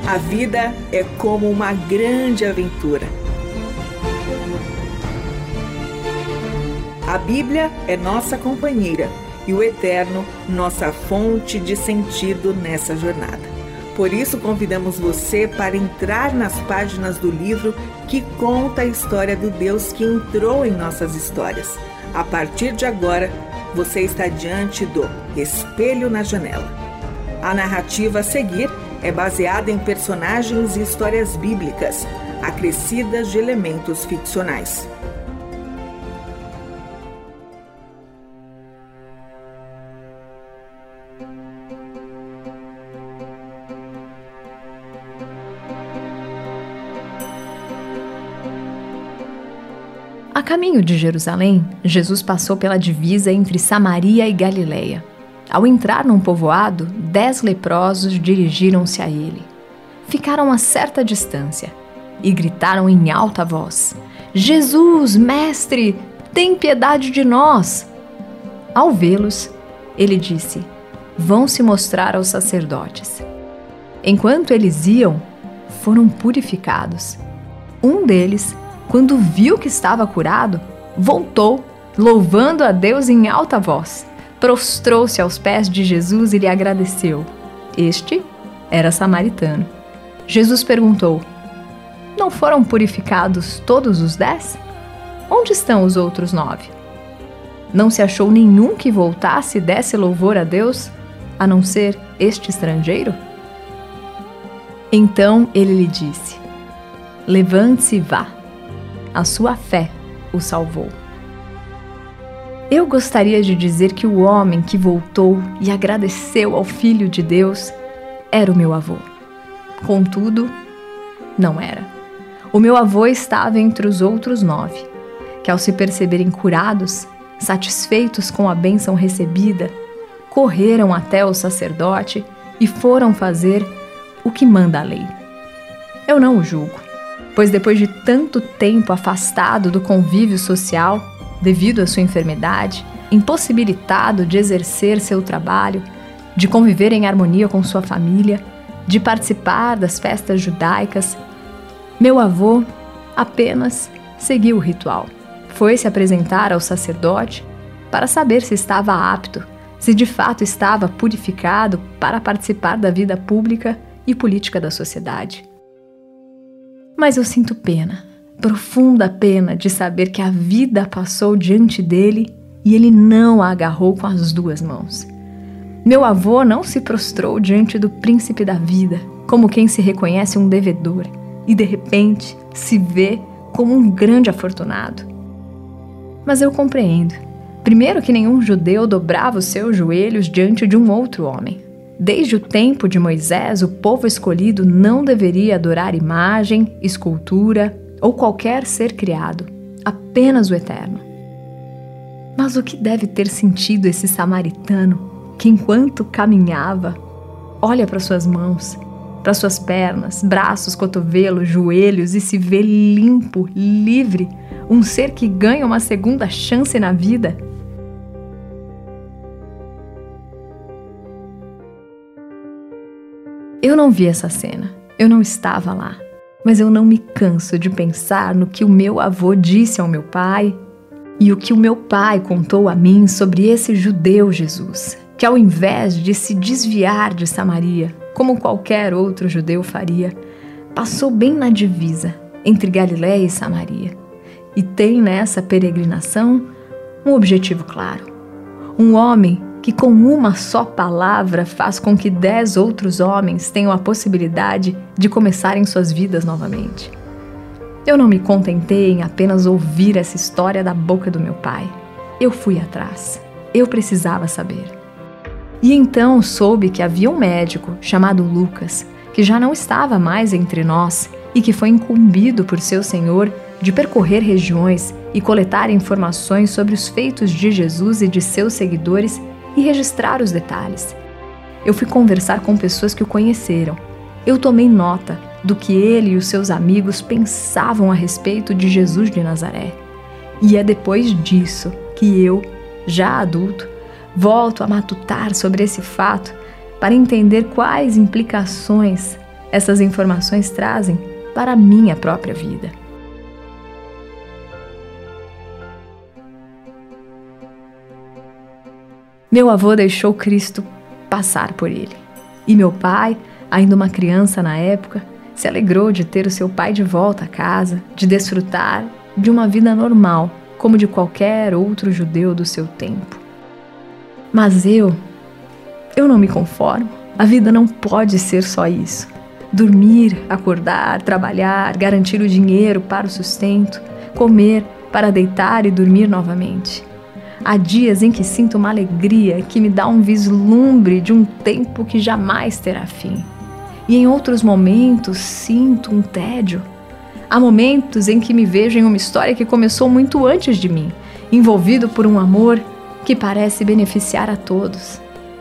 A vida é como uma grande aventura. A Bíblia é nossa companheira e o Eterno, nossa fonte de sentido nessa jornada. Por isso, convidamos você para entrar nas páginas do livro que conta a história do Deus que entrou em nossas histórias. A partir de agora, você está diante do Espelho na Janela. A narrativa a seguir é baseada em personagens e histórias bíblicas, acrescidas de elementos ficcionais. A caminho de Jerusalém, Jesus passou pela divisa entre Samaria e Galileia. Ao entrar num povoado, 10 leprosos dirigiram-se a ele. Ficaram a certa distância e gritaram em alta voz: Jesus, mestre, tem piedade de nós! Ao vê-los, ele disse: vão se mostrar aos sacerdotes. Enquanto eles iam, foram purificados. Um deles, quando viu que estava curado, voltou, louvando a Deus em alta voz. Prostrou-se aos pés de Jesus e lhe agradeceu. Este era samaritano. Jesus perguntou: não foram purificados todos os 10? Onde estão os outros 9? Não se achou nenhum que voltasse e desse louvor a Deus, a não ser este estrangeiro? Então ele lhe disse: levante-se e vá. A sua fé o salvou. Eu gostaria de dizer que o homem que voltou e agradeceu ao Filho de Deus era o meu avô. Contudo, não era. O meu avô estava entre os outros 9, que ao se perceberem curados, satisfeitos com a bênção recebida, correram até o sacerdote e foram fazer o que manda a lei. Eu não o julgo, pois depois de tanto tempo afastado do convívio social, devido à sua enfermidade, impossibilitado de exercer seu trabalho, de conviver em harmonia com sua família, de participar das festas judaicas, meu avô apenas seguiu o ritual. Foi se apresentar ao sacerdote para saber se estava apto, se de fato estava purificado para participar da vida pública e política da sociedade. Mas eu sinto pena, profunda pena, de saber que a vida passou diante dele e ele não a agarrou com as 2 mãos. Meu avô não se prostrou diante do príncipe da vida, como quem se reconhece um devedor e de repente se vê como um grande afortunado. Mas eu compreendo. Primeiro, que nenhum judeu dobrava os seus joelhos diante de um outro homem. Desde o tempo de Moisés, o povo escolhido não deveria adorar imagem, escultura ou qualquer ser criado, apenas o Eterno. Mas o que deve ter sentido esse samaritano que, enquanto caminhava, olha para suas mãos, para suas pernas, braços, cotovelos, joelhos e se vê limpo, livre, um ser que ganha uma segunda chance na vida? Eu não vi essa cena, eu não estava lá, mas eu não me canso de pensar no que o meu avô disse ao meu pai e o que o meu pai contou a mim sobre esse judeu Jesus, que ao invés de se desviar de Samaria, como qualquer outro judeu faria, passou bem na divisa entre Galileia e Samaria e tem nessa peregrinação um objetivo claro. Um homem que com uma só palavra faz com que 10 outros homens tenham a possibilidade de começarem suas vidas novamente. Eu não me contentei em apenas ouvir essa história da boca do meu pai. Eu fui atrás. Eu precisava saber. E então soube que havia um médico chamado Lucas, que já não estava mais entre nós e que foi incumbido por seu senhor de percorrer regiões e coletar informações sobre os feitos de Jesus e de seus seguidores e registrar os detalhes. Eu fui conversar com pessoas que o conheceram. Eu tomei nota do que ele e os seus amigos pensavam a respeito de Jesus de Nazaré. E é depois disso que eu, já adulto, volto a matutar sobre esse fato para entender quais implicações essas informações trazem para a minha própria vida. Meu avô deixou Cristo passar por ele. E meu pai, ainda uma criança na época, se alegrou de ter o seu pai de volta a casa, de desfrutar de uma vida normal, como de qualquer outro judeu do seu tempo. Mas eu não me conformo. A vida não pode ser só isso. Dormir, acordar, trabalhar, garantir o dinheiro para o sustento, comer para deitar e dormir novamente. Há dias em que sinto uma alegria que me dá um vislumbre de um tempo que jamais terá fim. E em outros momentos sinto um tédio. Há momentos em que me vejo em uma história que começou muito antes de mim, envolvido por um amor que parece beneficiar a todos.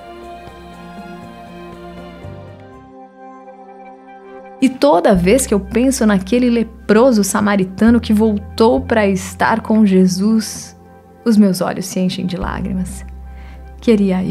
E toda vez que eu penso naquele leproso samaritano que voltou para estar com Jesus, os meus olhos se enchem de lágrimas. Queria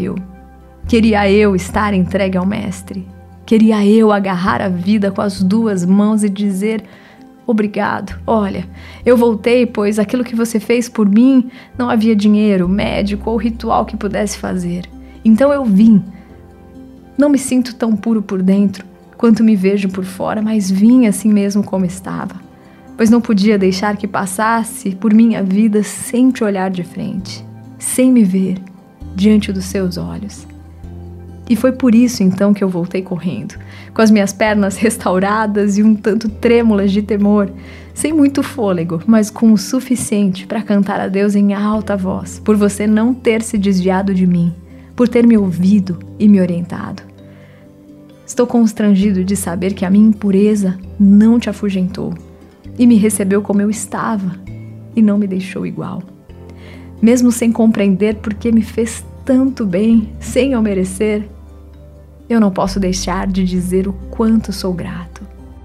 eu estar entregue ao Mestre. Queria eu agarrar a vida com as duas mãos e dizer: obrigado, olha, eu voltei, pois aquilo que você fez por mim não havia dinheiro, médico ou ritual que pudesse fazer. Então eu vim. Não me sinto tão puro por dentro quanto me vejo por fora, mas vim assim mesmo como estava, pois não podia deixar que passasse por minha vida sem te olhar de frente, sem me ver diante dos seus olhos. E foi por isso então que eu voltei correndo, com as minhas pernas restauradas e um tanto trêmulas de temor, sem muito fôlego, mas com o suficiente para cantar a Deus em alta voz, por você não ter se desviado de mim, por ter me ouvido e me orientado. Estou constrangido de saber que a minha impureza não te afugentou e me recebeu como eu estava e não me deixou igual. Mesmo sem compreender por que me fez tanto bem, sem eu merecer, eu não posso deixar de dizer o quanto sou grato.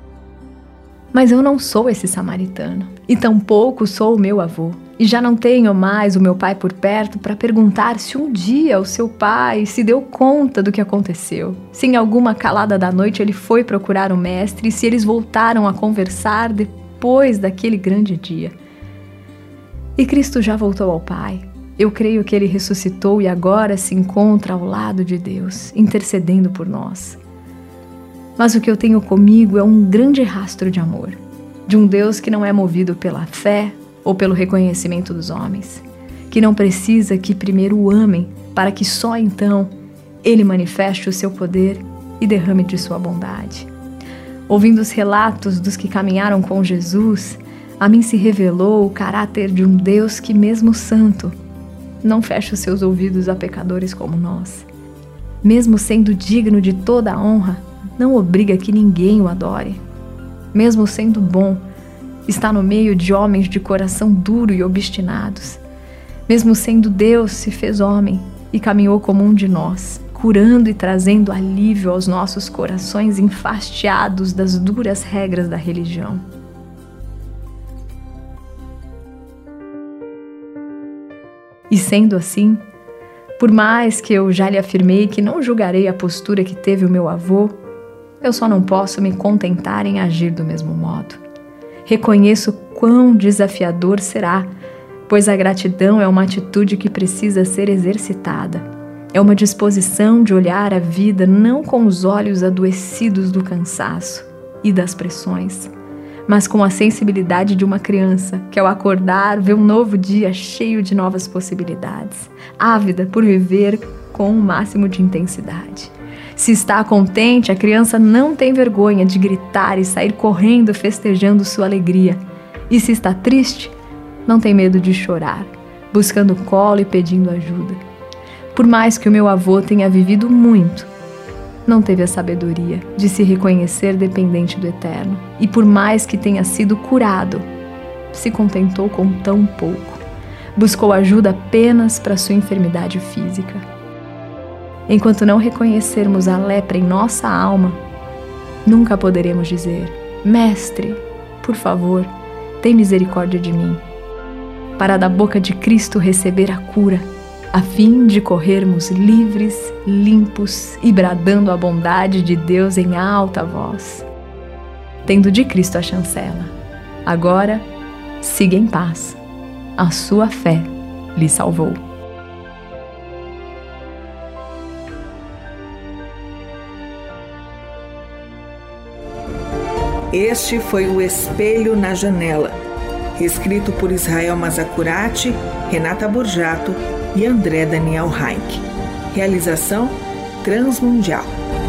Mas eu não sou esse samaritano, e tampouco sou o meu avô. E já não tenho mais o meu pai por perto para perguntar se um dia o seu pai se deu conta do que aconteceu, se em alguma calada da noite ele foi procurar o mestre e se eles voltaram a conversar depois daquele grande dia. E Cristo já voltou ao Pai. Eu creio que Ele ressuscitou e agora se encontra ao lado de Deus, intercedendo por nós. Mas o que eu tenho comigo é um grande rastro de amor, de um Deus que não é movido pela fé ou pelo reconhecimento dos homens, que não precisa que primeiro o amem, para que só então Ele manifeste o seu poder e derrame de sua bondade. Ouvindo os relatos dos que caminharam com Jesus, a mim se revelou o caráter de um Deus que, mesmo santo, não fecha os seus ouvidos a pecadores como nós. Mesmo sendo digno de toda a honra, não obriga que ninguém o adore. Mesmo sendo bom, está no meio de homens de coração duro e obstinados. Mesmo sendo Deus, se fez homem e caminhou como um de nós, curando e trazendo alívio aos nossos corações enfastiados das duras regras da religião. E sendo assim, por mais que eu já lhe afirmei que não julgarei a postura que teve o meu avô, eu só não posso me contentar em agir do mesmo modo. Reconheço quão desafiador será, pois a gratidão é uma atitude que precisa ser exercitada. É uma disposição de olhar a vida não com os olhos adoecidos do cansaço e das pressões, mas com a sensibilidade de uma criança que ao acordar vê um novo dia cheio de novas possibilidades, ávida por viver com o máximo de intensidade. Se está contente, a criança não tem vergonha de gritar e sair correndo festejando sua alegria. E se está triste, não tem medo de chorar, buscando colo e pedindo ajuda. Por mais que o meu avô tenha vivido muito, não teve a sabedoria de se reconhecer dependente do Eterno. E por mais que tenha sido curado, se contentou com tão pouco. Buscou ajuda apenas para sua enfermidade física. Enquanto não reconhecermos a lepra em nossa alma, nunca poderemos dizer: Mestre, por favor, tem misericórdia de mim. Para da boca de Cristo receber a cura, a fim de corrermos livres, limpos e bradando a bondade de Deus em alta voz. Tendo de Cristo a chancela, agora siga em paz. A sua fé lhe salvou. Este foi o Espelho na Janela, escrito por Israel Mazacurati, Renata Borjato e André Daniel Heinck. Realização Transmundial.